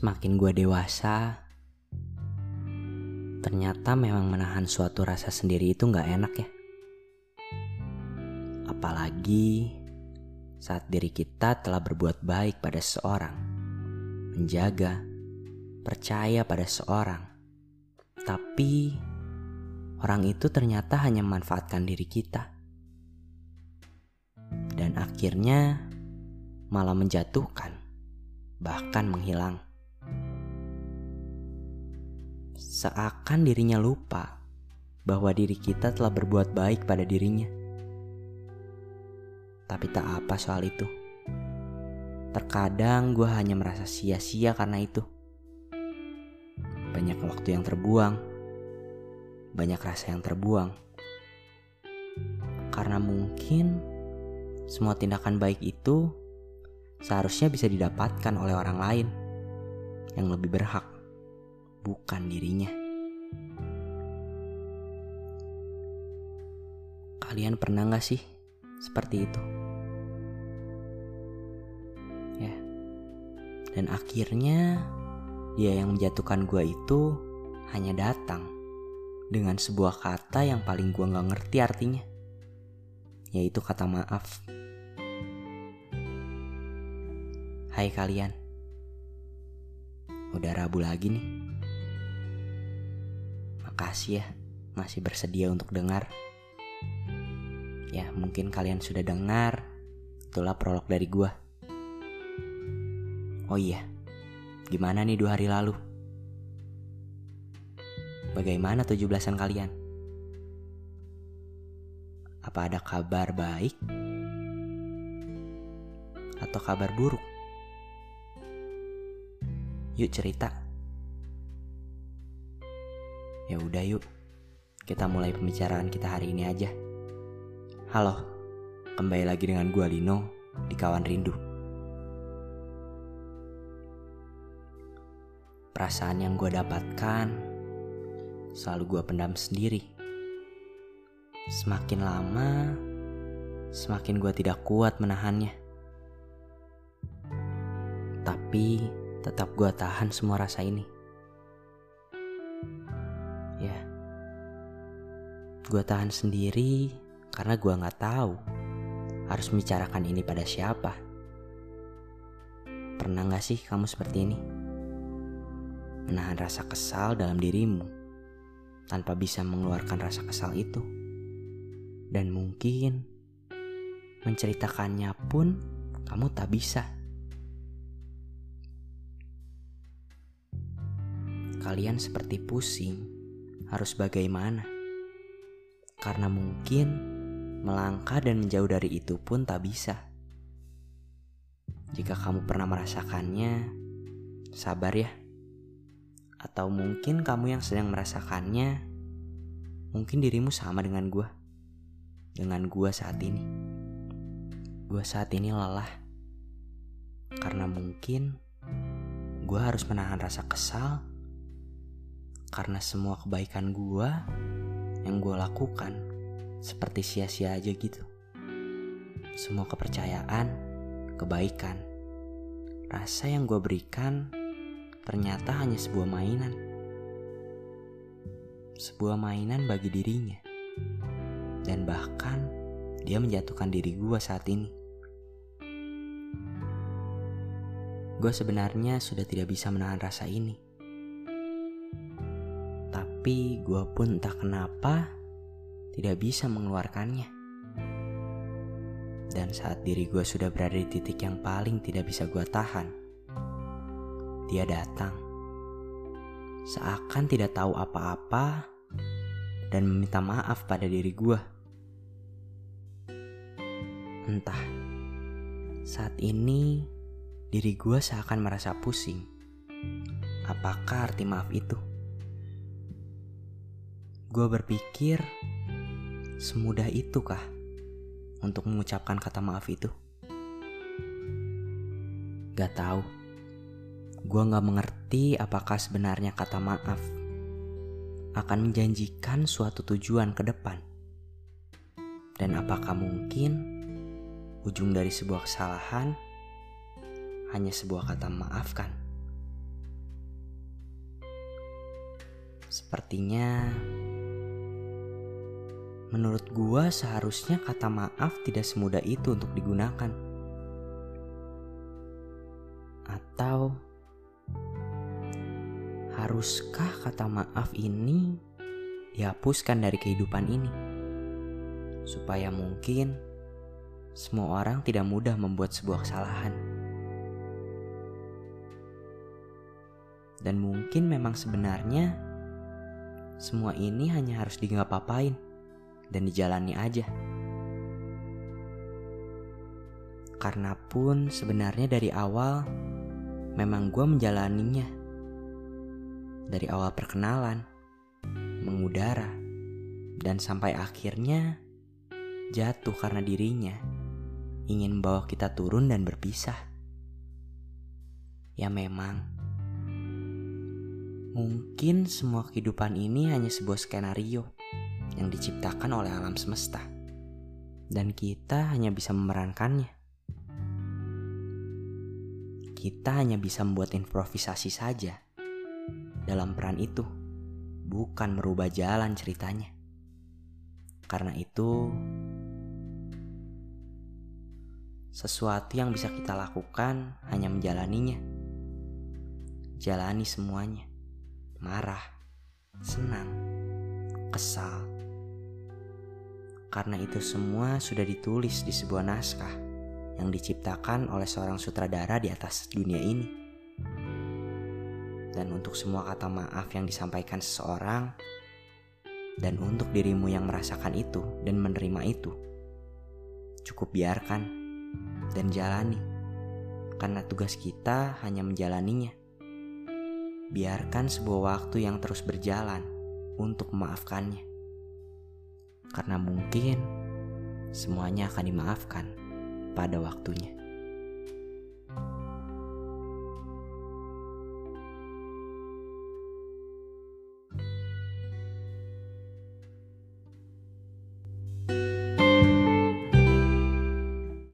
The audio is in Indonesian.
Semakin gue dewasa, ternyata memang menahan suatu rasa sendiri itu gak enak ya. Apalagi saat diri kita telah berbuat baik pada seseorang, menjaga, percaya pada seseorang, tapi orang itu ternyata hanya memanfaatkan diri kita. Dan akhirnya malah menjatuhkan, bahkan menghilang. Seakan dirinya lupa bahwa diri kita telah berbuat baik pada dirinya. Tapi tak apa soal itu. Terkadang gue hanya merasa sia-sia karena itu. Banyak waktu yang terbuang, banyak rasa yang terbuang. Karena mungkin semua tindakan baik itu seharusnya bisa didapatkan oleh orang lain yang lebih berhak, bukan dirinya. Kalian pernah gak sih seperti itu? Ya. Dan akhirnya dia yang menjatuhkan gue itu hanya datang dengan sebuah kata yang paling gue gak ngerti artinya, yaitu kata maaf. Hai kalian, udah Rabu lagi nih. Makasih ya masih bersedia untuk dengar. Ya mungkin kalian sudah dengar, itulah prolog dari gua. Oh iya, gimana nih 2 hari lalu? Bagaimana 17-an kalian? Apa ada kabar baik? Atau kabar buruk? Yuk cerita. Ya udah yuk, kita mulai pembicaraan kita hari ini aja. Halo, kembali lagi dengan gua Lino di Kawan Rindu. Perasaan yang gua dapatkan selalu gua pendam sendiri. Semakin lama, semakin gua tidak kuat menahannya. Tapi tetap gue tahan semua rasa ini. Ya, gue tahan sendiri karena gue gak tahu harus membicarakan ini pada siapa. Pernah gak sih kamu seperti ini? Menahan rasa kesal dalam dirimu tanpa bisa mengeluarkan rasa kesal itu. Dan mungkin menceritakannya pun kamu tak bisa. Kalian seperti pusing harus bagaimana. Karena mungkin melangkah dan menjauh dari itu pun tak bisa. Jika kamu pernah merasakannya, sabar ya. Atau mungkin kamu yang sedang merasakannya, mungkin dirimu sama dengan gue. Dengan gue saat ini. Gue saat ini lelah. Karena mungkin gue harus menahan rasa kesal. Karena semua kebaikan gue yang gue lakukan seperti sia-sia aja gitu. Semua kepercayaan, kebaikan, rasa yang gue berikan ternyata hanya sebuah mainan. Sebuah mainan bagi dirinya. Dan bahkan dia menjatuhkan diri gue saat ini. Gue sebenarnya sudah tidak bisa menahan rasa ini. Tapi gue pun entah kenapa tidak bisa mengeluarkannya. Dan saat diri gue sudah berada di titik yang paling tidak bisa gue tahan, dia datang. Seakan tidak tahu apa-apa dan meminta maaf pada diri gue. Entah, saat ini diri gue seakan merasa pusing. Apakah arti maaf itu? Gue berpikir, semudah itukah untuk mengucapkan kata maaf itu? Gak tahu. Gue gak mengerti apakah sebenarnya kata maaf akan menjanjikan suatu tujuan ke depan. Dan apakah mungkin ujung dari sebuah kesalahan hanya sebuah kata maafkan? Sepertinya menurut gua seharusnya kata maaf tidak semudah itu untuk digunakan. Atau haruskah kata maaf ini dihapuskan dari kehidupan ini? Supaya mungkin semua orang tidak mudah membuat sebuah kesalahan. Dan mungkin memang sebenarnya semua ini hanya harus nggak-apa-apain dan dijalani aja. Karena pun sebenarnya dari awal memang gue menjalaninya. Dari awal perkenalan, mengudara, dan sampai akhirnya jatuh karena dirinya ingin membawa kita turun dan berpisah. Ya memang mungkin semua kehidupan ini hanya sebuah skenario yang diciptakan oleh alam semesta, dan kita hanya bisa memerankannya. Kita hanya bisa membuat improvisasi saja dalam peran itu, bukan merubah jalan ceritanya. Karena itu, sesuatu yang bisa kita lakukan hanya menjalaninya. Jalani semuanya. Marah, senang, kesal. Karena itu semua sudah ditulis di sebuah naskah yang diciptakan oleh seorang sutradara di atas dunia ini. Dan untuk semua kata maaf yang disampaikan seseorang, dan untuk dirimu yang merasakan itu dan menerima itu, cukup biarkan dan jalani. Karena tugas kita hanya menjalaninya. Biarkan sebuah waktu yang terus berjalan untuk memaafkannya. Karena mungkin semuanya akan dimaafkan pada waktunya.